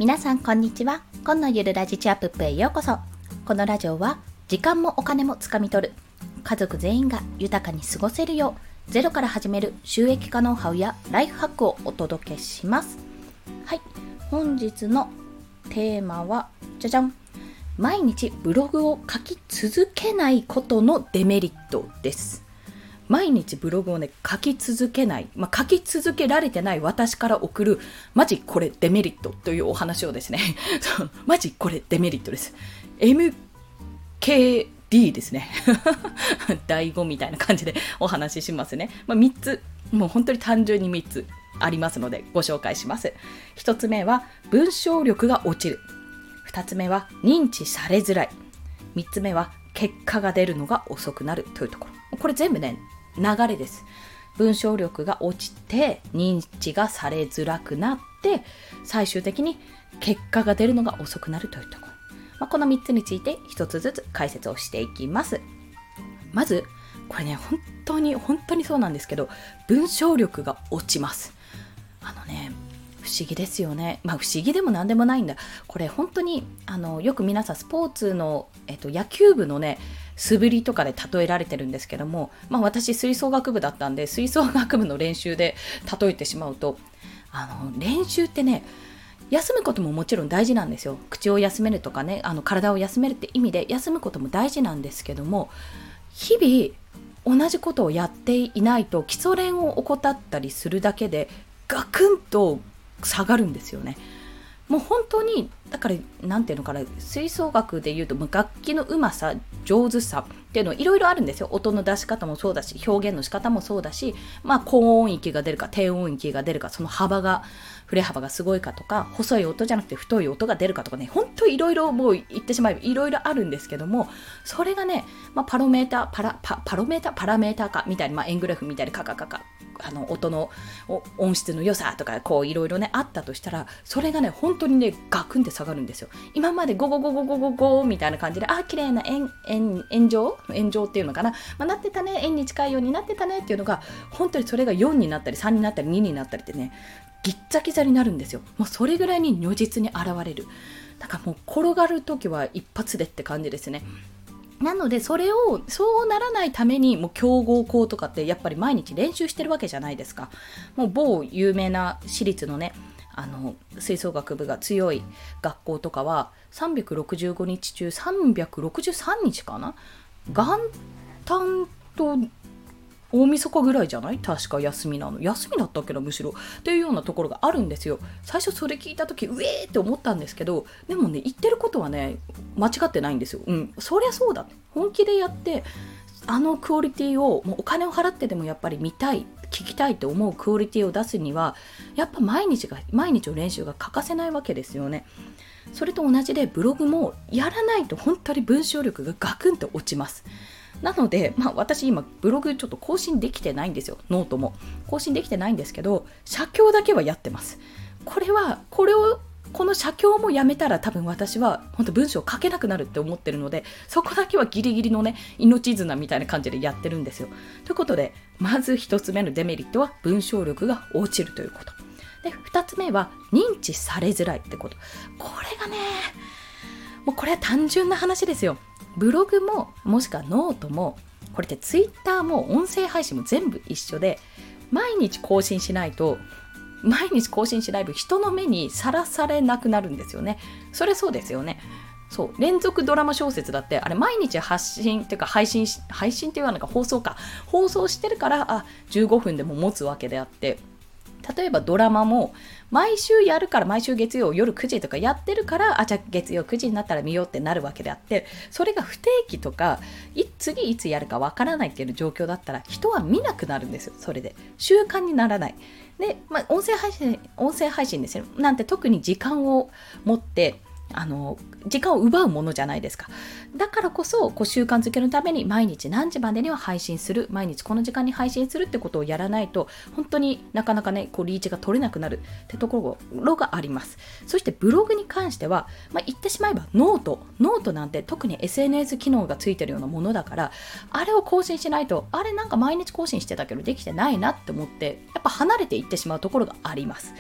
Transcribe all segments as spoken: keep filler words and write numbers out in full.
皆さんこんにちは。今のゆるラジチアップップへようこそ。このラジオは時間もお金もつかみ取る、家族全員が豊かに過ごせるようゼロから始める収益化ノウハウやライフハックをお届けします。はい、本日のテーマはじゃじゃん、毎日ブログを書き続けないことのデメリットです。毎日ブログをね書き続けない、まあ、書き続けられてない私から送るマジこれデメリットというお話をですねそうマジこれデメリットです。 エムケーディー ですね第五みたいな感じでお話ししますね。まあ、みっつ、もう本当に単純にみっつありますのでご紹介します。ひとつめは文章力が落ちる。ふたつめは認知されづらい。みっつめは結果が出るのが遅くなるというところ。これ全部ね流れです。文章力が落ちて認知がされづらくなって最終的に結果が出るのが遅くなるというところ、まあ、このみっつについてひとつずつ解説をしていきます。まずこれね本当に本当にそうなんですけど、文章力が落ちます。あのね不思議ですよね。まあ不思議でもなんでもないんだ。これ本当にあのよく皆さんスポーツの、えっと、野球部のね素振りとかで例えられてるんですけども、まあ、私吹奏楽部だったんで吹奏楽部の練習で例えてしまうと、あの練習ってね休むことももちろん大事なんですよ。口を休めるとかね、あの体を休めるって意味で休むことも大事なんですけども、日々同じことをやっていないと基礎練を怠ったりするだけでガクンと下がるんですよね。もう本当にだからなんていうのかな、吹奏楽でいうと楽器のうまさ上手さっていうのいろいろあるんですよ。音の出し方もそうだし表現の仕方もそうだし、まあ高音域が出るか低音域が出るか、その幅が振れ幅がすごいかとか、細い音じゃなくて太い音が出るかとかね、本当いろいろもう言ってしまえばいろいろあるんですけども、それがね、まあ、パロメーターパラパパロメーターパラメーターかみたいに、まあ、円グラフみたいにカカカカあの音の音質の良さとかこういろいろねあったとしたら、それがね本当にねガクンって下がるんですよ。今までゴゴゴゴゴゴゴみたいな感じで、あ綺麗な円円円状円状っていうのかな、まあ、なってたね、円に近いようになってたねっていうのが本当にそれがよんになったりさんになったりにになったりってね、ギッザギザになるんですよ。もうそれぐらいに如実に現れる。だからもう転がるときは一発でって感じですね。なのでそれをそうならないためにもう強豪校とかってやっぱり毎日練習してるわけじゃないですか。もう某有名な私立のねあの吹奏楽部が強い学校とかはさんびゃくろくじゅうごにち中さんびゃくろくじゅうさんにちかな、元旦と大晦日ぐらいじゃない、確か休みなの。休みだったっけな、むしろっていうようなところがあるんですよ。最初それ聞いた時うえーって思ったんですけど、でもね言ってることはね間違ってないんですよ。うん、そりゃそうだ、本気でやってあのクオリティをもうお金を払ってでもやっぱり見たい聞きたいと思うクオリティを出すにはやっぱ毎日が毎日の練習が欠かせないわけですよね。それと同じでブログもやらないと本当に文章力がガクンと落ちます。なので、まあ、私今ブログちょっと更新できてないんですよ。ノートも更新できてないんですけど、写経だけはやってます。これはこれをこの写経もやめたら多分私は本当文章を書けなくなるって思ってるので、そこだけはギリギリのね命綱みたいな感じでやってるんですよ。ということでまず一つ目のデメリットは文章力が落ちるということで、二つ目は認知されづらいってこと。これがねもうこれは単純な話ですよ。ブログももしくはノートもこれってツイッターも音声配信も全部一緒で、毎日更新しないと毎日更新しないと人の目にさらされなくなるんですよね。それそうですよね。そう連続ドラマ小説だってあれ毎日発信っていうか配信配信っていうのか放送か放送してるからあじゅうごふんでも持つわけであって、例えばドラマも毎週やるから毎週月曜夜くじとかやってるからあじゃあ月曜くじになったら見ようってなるわけであって、それが不定期とかい次いつやるかわからないっていう状況だったら人は見なくなるんですよ。それで習慣にならないで、まあ、音声配信音声配信ですよなんて特に時間を持ってあの時間を奪うものじゃないですか。だからこそこう習慣づけのために毎日何時までには配信する、毎日この時間に配信するってことをやらないと本当になかなかねこうリーチが取れなくなるってところがあります。そしてブログに関しては、まあ、言ってしまえばノートノートなんて特に エスエヌエス 機能がついてるようなものだから、あれを更新しないとあれなんか毎日更新してたけどできてないなって思ってやっぱ離れていってしまうところがあります。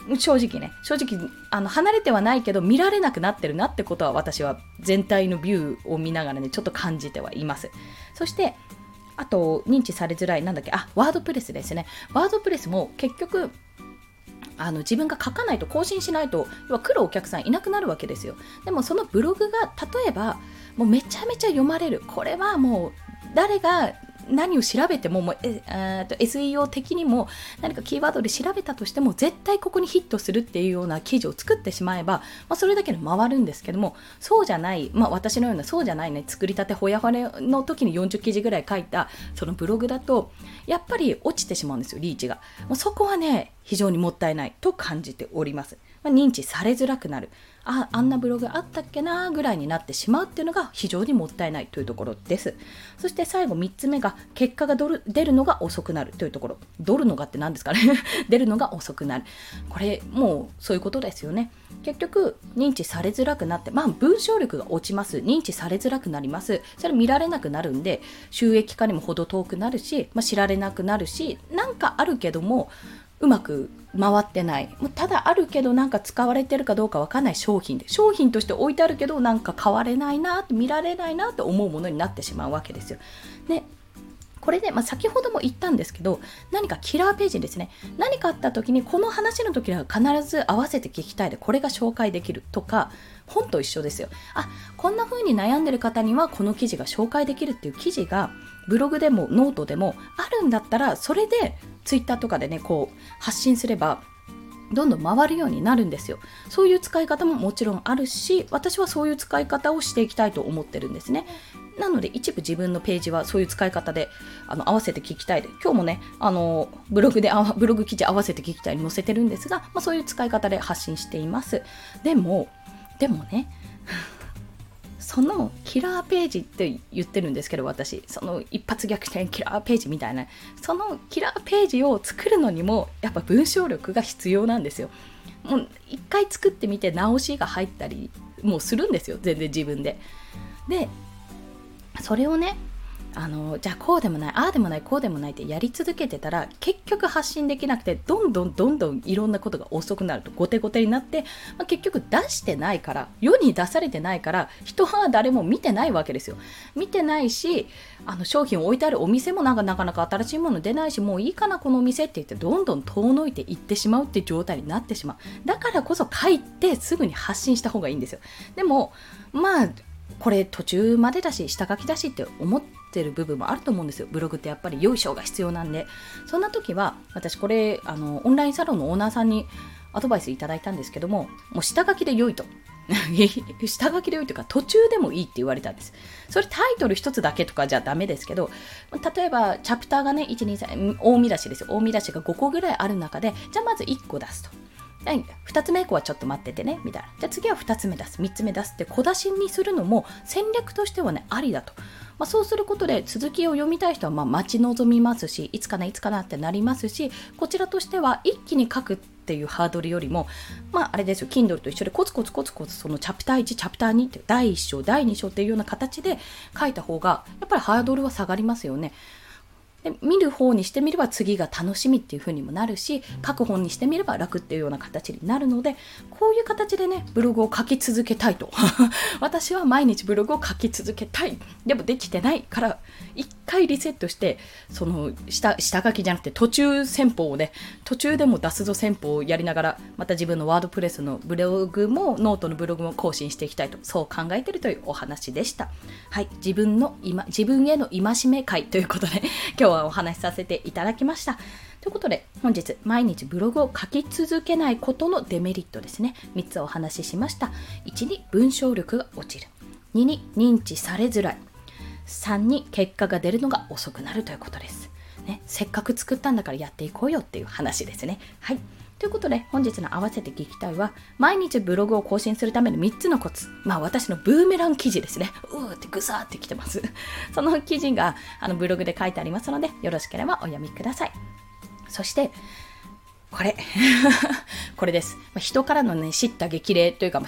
正直ね、正直あの離れてはないけど見られなくなってるなってことは私は全体のビューを見ながらねちょっと感じてはいます。そしてあと認知されづらいなんだっけあワードプレスですね。ワードプレスも結局あの自分が書かないと更新しないと要は来るお客さんいなくなるわけですよ。でもそのブログが例えばもうめちゃめちゃ読まれる、これはもう誰が何を調べても、もうええと エスイーオー 的にも何かキーワードで調べたとしても絶対ここにヒットするっていうような記事を作ってしまえば、まあ、それだけで回るんですけども、そうじゃない、まあ、私のようなそうじゃないね作りたてほやほやの時によんじゅっきじぐらい書いたそのブログだとやっぱり落ちてしまうんですよ、リーチが。もうそこはね非常にもったいないと感じております。まあ、認知されづらくなる、あ、あんなブログあったっけなぐらいになってしまうっていうのが非常にもったいないというところです。そして最後みっつめが結果が出るのが遅くなるというところ。出るのがって何ですかね出るのが遅くなる、これもうそういうことですよね。結局認知されづらくなって、まあ文章力が落ちます、認知されづらくなります、それ見られなくなるんで収益化にも程遠くなるし、まあ、知られなくなるし、なんかあるけどもうまく回ってない、ただあるけどなんか使われてるかどうかわかんない商品で、商品として置いてあるけどなんか買われないな、見られないなと思うものになってしまうわけですよ。でこれで、まあ、先ほども言ったんですけど、何かキラーページですね。何かあった時にこの話の時には必ず合わせて聞きたいでこれが紹介できるとか、本と一緒ですよ。あ、こんな風に悩んでる方にはこの記事が紹介できるっていう記事がブログでもノートでもあるんだったら、それでツイッターとかでねこう発信すればどんどん回るようになるんですよ。そういう使い方ももちろんあるし、私はそういう使い方をしていきたいと思ってるんですね。なので一部自分のページはそういう使い方であの合わせて聞きたいで、今日もねあのブログでブログ記事合わせて聞きたいに載せてるんですが、まあ、そういう使い方で発信しています。でもでもねそのキラーページって言ってるんですけど、私その一発逆転キラーページみたいな、そのキラーページを作るのにもやっぱ文章力が必要なんですよ。もう一回作ってみて直しが入ったりもうするんですよ、全然自分で。でそれをねあのじゃあこうでもないああでもないこうでもないってやり続けてたら結局発信できなくて、どんどんどんどんいろんなことが遅くなると後手後手になって、まあ、結局出してないから世に出されてないから人は誰も見てないわけですよ。見てないし、あの商品を置いてあるお店もなんかなかなか新しいもの出ないし、もういいかなこのお店って言ってどんどん遠のいていってしまうっていう状態になってしまう。だからこそ書いてすぐに発信した方がいいんですよ。でもまあこれ途中までだし下書きだしって思ってる部分もあると思うんですよ。ブログってやっぱりよいしょが必要なんで、そんな時は私これあのオンラインサロンのオーナーさんにアドバイスいただいたんですけども、もう下書きで良いと下書きで良いというか途中でもいいって言われたんです。それタイトル一つだけとかじゃダメですけど、例えばチャプターがねいちにさん大見出しですよ。大見出しがごこぐらいある中で、じゃあまずいっこ出すと、ふたつめ以降はちょっと待っててねみたいな、じゃあ次はふたつめ出すみっつめ出すって小出しにするのも戦略としてはねありだと。まあ、そうすることで続きを読みたい人はまあ待ち望みますし、いつかないつかなってなりますし、こちらとしては一気に書くっていうハードルよりも、まああれですよ、Kindle と一緒でコツコツコツコツそのチャプターいちチャプターにってだいいっ章だいに章っていうような形で書いた方がやっぱりハードルは下がりますよね。で見る方にしてみれば次が楽しみっていう風にもなるし、書く本にしてみれば楽っていうような形になるので、こういう形でねブログを書き続けたいと私は毎日ブログを書き続けたい。でもできてないから一回リセットして、その 下, 下書きじゃなくて途中戦法をね途中でも出すぞ戦法をやりながら、また自分のワードプレスのブログもノートのブログも更新していきたいと、そう考えているというお話でした。はい、自分の今自分への戒め会ということで今日はお話しさせていただきました。ということで本日毎日ブログを書き続けないことのデメリットですね、みっつお話ししました。いちに文章力が落ちる、にに認知されづらい、さんに結果が出るのが遅くなるということです、ね、せっかく作ったんだからやっていこうよっていう話ですね。はい、ということで本日の合わせて聞きたいは毎日ブログを更新するためのみっつのコツ、まあ私のブーメラン記事ですね。うーってぐさーってきてますその記事があのブログで書いてありますので、よろしければお読みください。そしてこれこれです。人からのね叱咤激励というか、知っ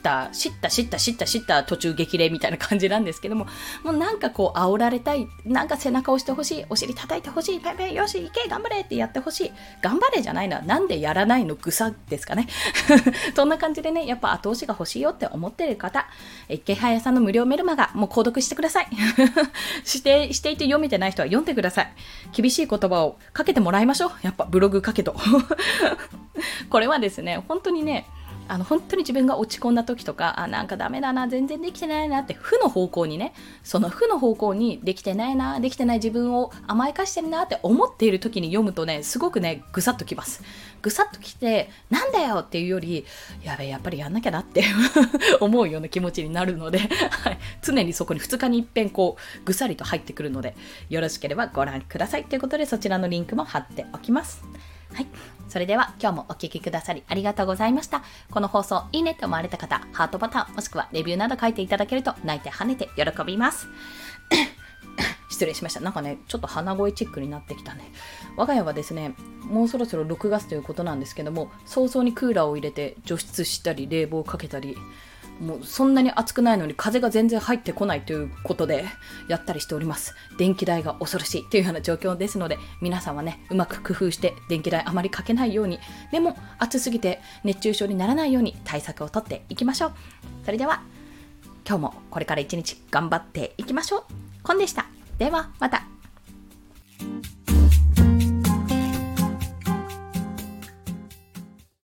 った知った知った知った知った途中激励みたいな感じなんですけども、もうなんかこう煽られたい、なんか背中を押してほしい、お尻叩いてほしい、ペンペンよし行け頑張れってやってほしい、頑張れじゃないな、なんでやらないのぐさですかねそんな感じでね、やっぱ後押しが欲しいよって思ってる方、池早さんの無料メルマガもう購読してくださいしてしていて読めてない人は読んでください。厳しい言葉をかけてもらいましょう。やっぱブログ書けとこれはですね、本当にね、あの本当に自分が落ち込んだ時とか、あなんかダメだな、全然できてないなって負の方向にね、その負の方向にできてないな、できてない自分を甘やかしてるなって思っている時に読むとね、すごくねぐさっときます。ぐさっときて、なんだよっていうより、やべえやっぱりやんなきゃなって思うような気持ちになるので、はい、常にそこにふつかに一遍こうぐさりと入ってくるので、よろしければご覧くださいということで、そちらのリンクも貼っておきます。はい、それでは今日もお聞きくださりありがとうございました。この放送いいねと思われた方、ハートボタンもしくはレビューなど書いていただけると泣いて跳ねて喜びます失礼しました。なんかねちょっと鼻声チックになってきたね。我が家はですね、もうそろそろろくがつということなんですけども、早々にクーラーを入れて除湿したり冷房をかけたり、もうそんなに暑くないのに風が全然入ってこないということでやったりしております。電気代が恐ろしいというような状況ですので、皆さんはねうまく工夫して電気代あまりかけないように、でも暑すぎて熱中症にならないように対策をとっていきましょう。それでは今日もこれから一日頑張っていきましょう。コンでした。ではまた。